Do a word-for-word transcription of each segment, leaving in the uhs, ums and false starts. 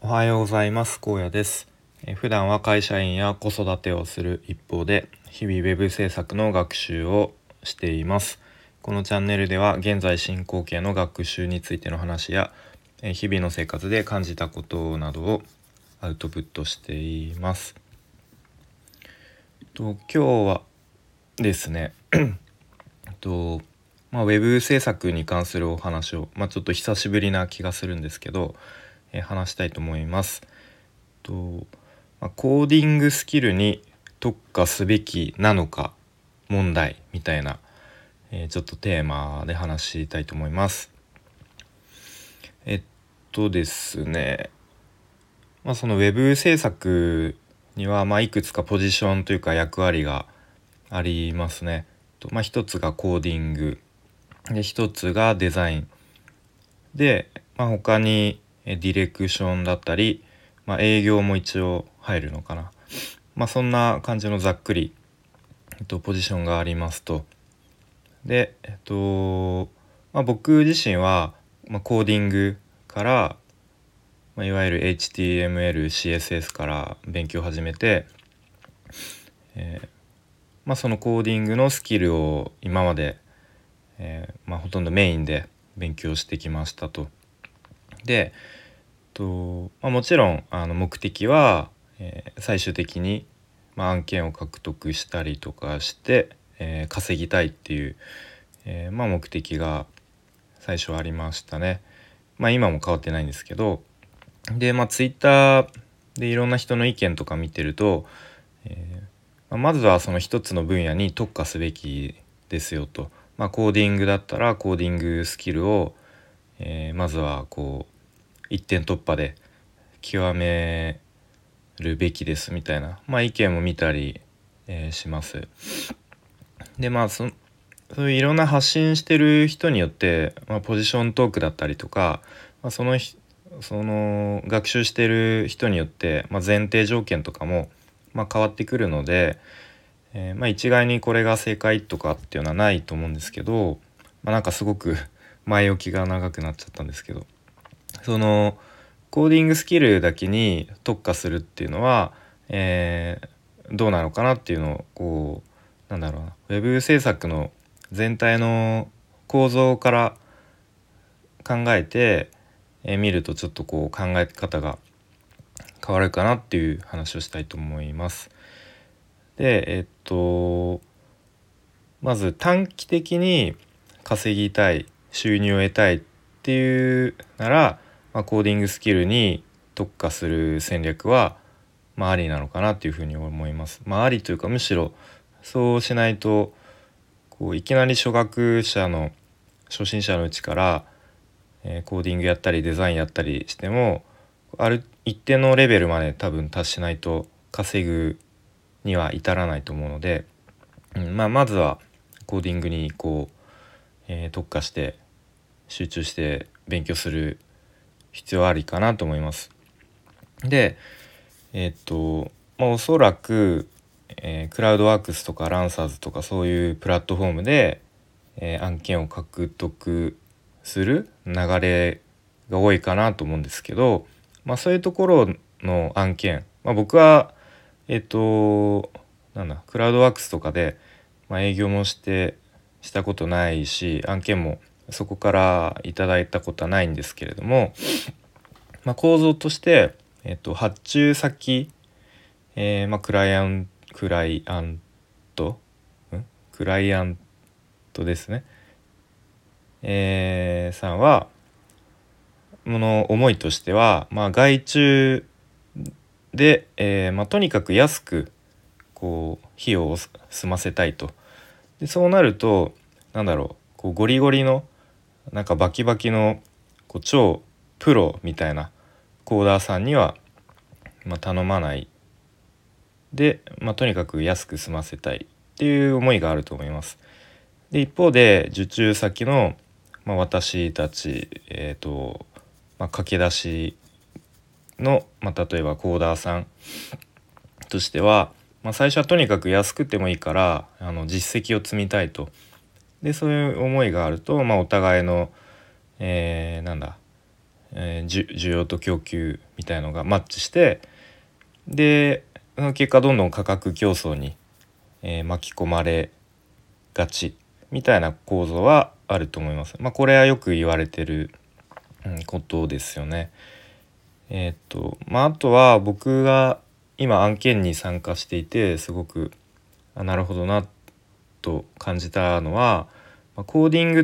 はようございます。荒野です。えー普段は会社員や子育てをする一方で、日々ウェブ制作の学習をしています。このチャンネルでは現在進行形の学習についての話や、えー日々の生活で感じたことなどをアウトプットしています。と今日はですね、とまあ、ウェブ制作に関するお話を、まあ、ちょっと久しぶりな気がするんですけど、えー話したいと思います。と、まあ、コーディングスキルに特化すべきなのか問題みたいな、えーちょっとテーマで話したいと思います。えっとですね、まあ、そのウェブ制作にはまあいくつかポジションというか役割がありますね。と、まあ、一つがコーディングで、一つがデザインで、まあ、他にえディレクションだったり、まあ、営業も一応入るのかな。まあ、そんな感じのざっくり、えっと、ポジションがありますと。で、えっとまあ、僕自身は、まあ、コーディングから、まあ、いわゆる エイチティーエムエル、シーエスエス から勉強を始めて、えーまあ、そのコーディングのスキルを今まで、えーまあ、ほとんどメインで勉強してきましたと。で、とまあ、もちろんあの目的は、えー最終的に、まあ、案件を獲得したりとかして、えー稼ぎたいっていう、えーまあ、目的が最初ありましたね。まあ今も変わってないんですけど、でまあツイッターでいろんな人の意見とか見てると、えーまあ、まずはその一つの分野に特化すべきですよと。まあ、コーディングだったらコーディングスキルを、えーまずはこう一点突破で極めるべきですみたいな、まあ、意見も見たり、えーします。でまあそそういういろんな発信してる人によって、まあ、ポジショントークだったりとか、まあ、そのひその学習してる人によって、まあ、前提条件とかも、まあ、変わってくるので、えーまあ、一概にこれが正解とかっていうのはないと思うんですけど、まあ、なんかすごく前置きが長くなっちゃったんですけど、そのコーディングスキルだけに特化するっていうのは、えーどうなのかなっていうのをこうなんだろうな、ウェブ制作の全体の構造から考えて、えー見るとちょっとこう考え方が変わるかなっていう話をしたいと思います。でえっとまず短期的に稼ぎたい、収入を得たいっていうなら、まあ、コーディングスキルに特化する戦略は、まあ、ありなのかなっていうふうに思います。まあ、ありというかむしろそうしないとこういきなり初学者の初心者のうちから、えーコーディングやったりデザインやったりしてもある一定のレベルまで多分達しないと稼ぐには至らないと思うので、うんまあ、まずはコーディングにこう、えー特化して集中して勉強する必要ありかなと思います。で、えーっと、まあ、おそらく、えークラウドワークスとかランサーズとかそういうプラットフォームで、えー案件を獲得する流れが多いかなと思うんですけど、まあ、そういうところの案件、まあ、僕はえっとなんだクラウドワークスとかで、まあ、営業もしてしたことないし案件もそこからいただいたことはないんですけれども、まあ、構造として、えっと、発注先、えーまあ、クライアンクライアントんクライアントですね、えーさんはこの思いとしては、まあ、外注で、えーまあ、とにかく安くこう費用を済ませたいと。でそうなるとなんだろう、こうゴリゴリのなんかバキバキのこう超プロみたいなコーダーさんには、まあ、頼まないで、まあ、とにかく安く済ませたいっていう思いがあると思います。で一方で受注先の、まあ、私たち、えーとまあ、駆け出しの、まあ、例えばコーダーさんとしては、まあ、最初はとにかく安くてもいいからあの実績を積みたいと。でそういう思いがあると、まあ、お互いの、えーなんだえー、需要と供給みたいのがマッチして、でその結果どんどん価格競争に、えー、巻き込まれがちみたいな構造はあると思います。まあこれはよく言われてる、うん、ことですよね。えーっとまああとは僕が今案件に参加していてすごくあなるほどなと感じたのは、まあ、コーディングって、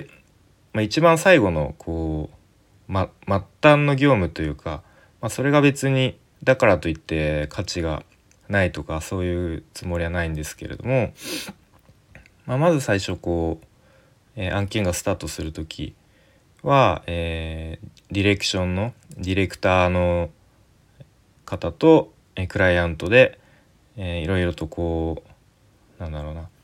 まあ、一番最後のこう、ま、末端の業務というか、まあ、それが別にだからといって価値がないとかそういうつもりはないんですけれども、まあ、まず最初こう、えー案件がスタートする時は、えーディレクションのディレクターの方と、えークライアントで、えーいろいろとこうなんだろうな、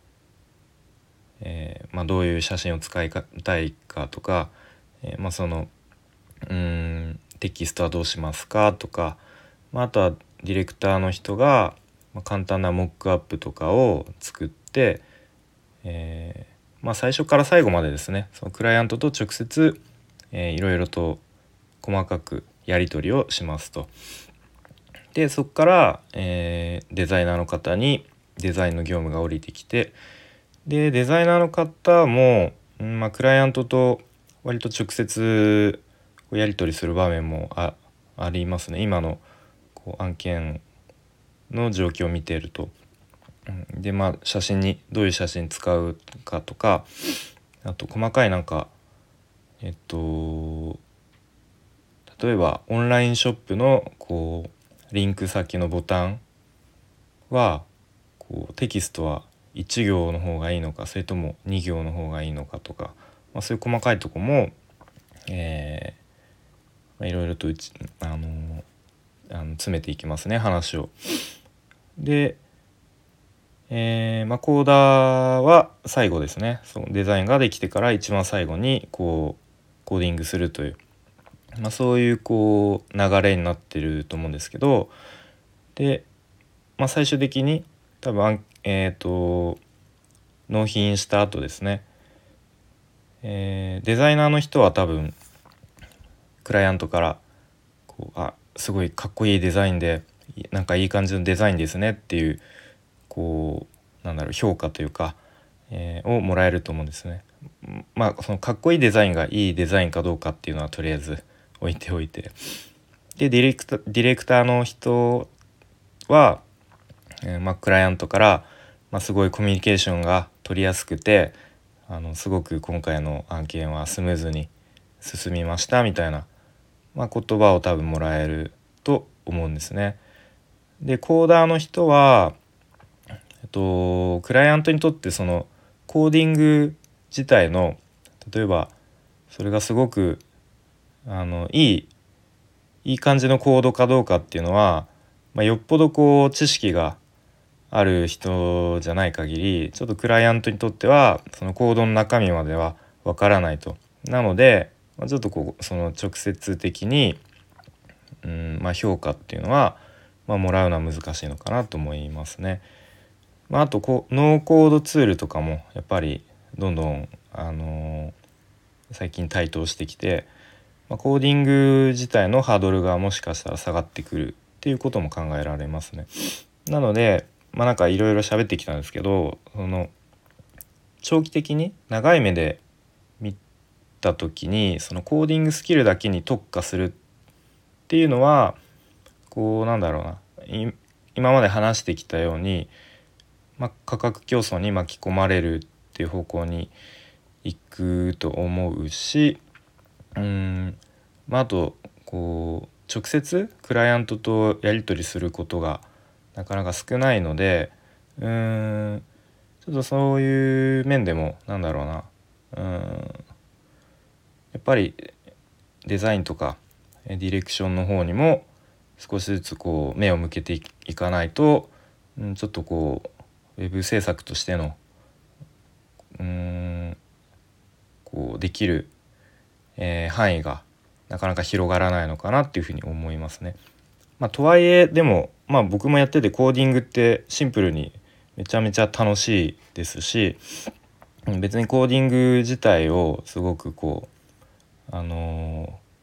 えーまあ、どういう写真を使いたいかとか、えーまあ、そのうーんテキストはどうしますかとか、まあ、あとはディレクターの人が、まあ、簡単なモックアップとかを作って、えーまあ、最初から最後までですねそのクライアントと直接、えーいろいろと細かくやり取りをしますと。でそこから、えーデザイナーの方にデザインの業務が降りてきて、でデザイナーの方も、うんまあ、クライアントと割と直接こうやり取りする場面も あ, ありますね、今のこう案件の状況を見ていると。うんでまあ写真にどういう写真使うかとか、あと細かいなんかえっと例えばオンラインショップのこうリンク先のボタンはこうテキストはいち行の方がいいのかそれともに行の方がいいのかとか、まあ、そういう細かいとこも、えーまあ、いろいろとうち、あのーあの詰めていきますね話を。で、えーまあ、コーダーは最後ですね。そのデザインができてから一番最後にこうコーディングするという、まあ、そういうこう流れになってると思うんですけど、で、まあ、最終的に多分えっと納品した後ですね、えーデザイナーの人は多分クライアントからこうあすごいかっこいいデザインでなんかいい感じのデザインですねっていうこうなんだろう評価というか、えーをもらえると思うんですね。まあそのかっこいいデザインがいいデザインかどうかっていうのはとりあえず置いておいて、でディレクタディレクターの人は、えーまあ、クライアントから、まあ、すごいコミュニケーションが取りやすくてあのすごく今回の案件はスムーズに進みましたみたいな、まあ、言葉を多分もらえると思うんですね。でコーダーの人は、えっと、クライアントにとってそのコーディング自体の例えばそれがすごくあのいいいい感じのコードかどうかっていうのは、まあ、よっぽどこう知識がある人じゃない限りちょっとクライアントにとってはそのコードの中身まではわからないと。なので、まあ、ちょっとこうその直接的に、うんまあ、評価っていうのは、まあ、もらうのは難しいのかなと思いますね。まあ、あとこうノーコードツールとかもやっぱりどんどん、あのー最近台頭してきて、まあ、コーディング自体のハードルがもしかしたら下がってくるっていうことも考えられますね。なのでまあなんかいろいろ喋ってきたんですけど、その長期的に長い目で見た時にそのコーディングスキルだけに特化するっていうのはこうなんだろうない今まで話してきたように、まあ、価格競争に巻き込まれるっていう方向に行くと思うし、うーんまあ、あとこう直接クライアントとやり取りすることがなかなか少ないので、うーんちょっとそういう面でもなんだろうな、うーんやっぱりデザインとかディレクションの方にも少しずつこう目を向けていかないと、うん、ちょっとこうウェブ制作としてのうーんこうできる、えー範囲がなかなか広がらないのかなっていうふうに思いますね。まあ、とはいえでも、まあ、僕もやっててコーディングってシンプルにめちゃめちゃ楽しいですし、別にコーディング自体をすごくこうあの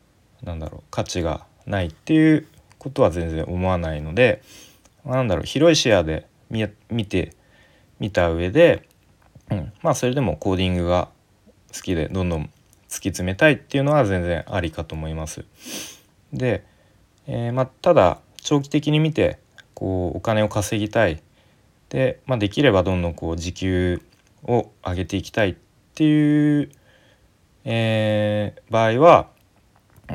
なんだろう価値がないっていうことは全然思わないので、まあ、なんだろう広い視野で見、見てみた上で、うん、まあそれでもコーディングが好きでどんどん突き詰めたいっていうのは全然ありかと思います。で、えーまあ、ただ長期的に見てこうお金を稼ぎたいで、まあ、できればどんどんこう時給を上げていきたいっていう、えー場合は、うん、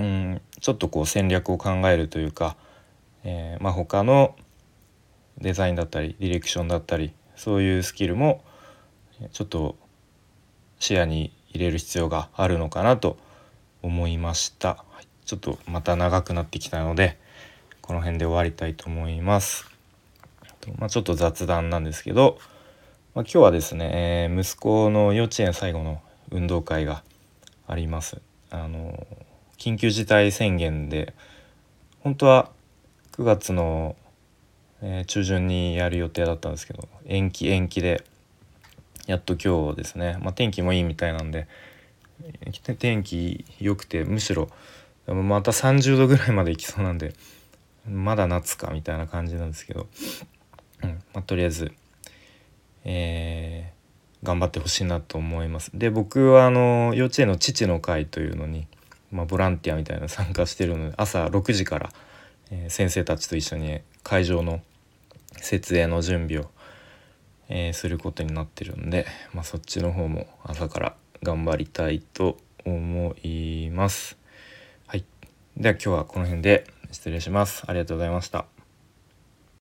ちょっとこう戦略を考えるというか、えーまあ、他のデザインだったりディレクションだったりそういうスキルもちょっと視野に入れる必要があるのかなと思いました。はい、ちょっとまた長くなってきたのでこの辺で終わりたいと思います。とまあ、ちょっと雑談なんですけど、まあ、今日はですね、えー息子の幼稚園最後の運動会があります。あの緊急事態宣言で本当はくがつの、えー中旬にやる予定だったんですけど延期延期でやっと今日ですね、まあ、天気もいいみたいなんで天気良くてむしろまたさんじゅうどぐらいまで行きそうなんでまだ夏かみたいな感じなんですけど、うんまあ、とりあえず、えー頑張ってほしいなと思います。で僕はあの幼稚園の父の会というのに、まあ、ボランティアみたいなの参加してるので朝ろくじから、えー先生たちと一緒に会場の設営の準備を、えーすることになってるんで、まあ、そっちの方も朝から頑張りたいと思います。はい、では今日はこの辺で失礼します。ありがとうございました。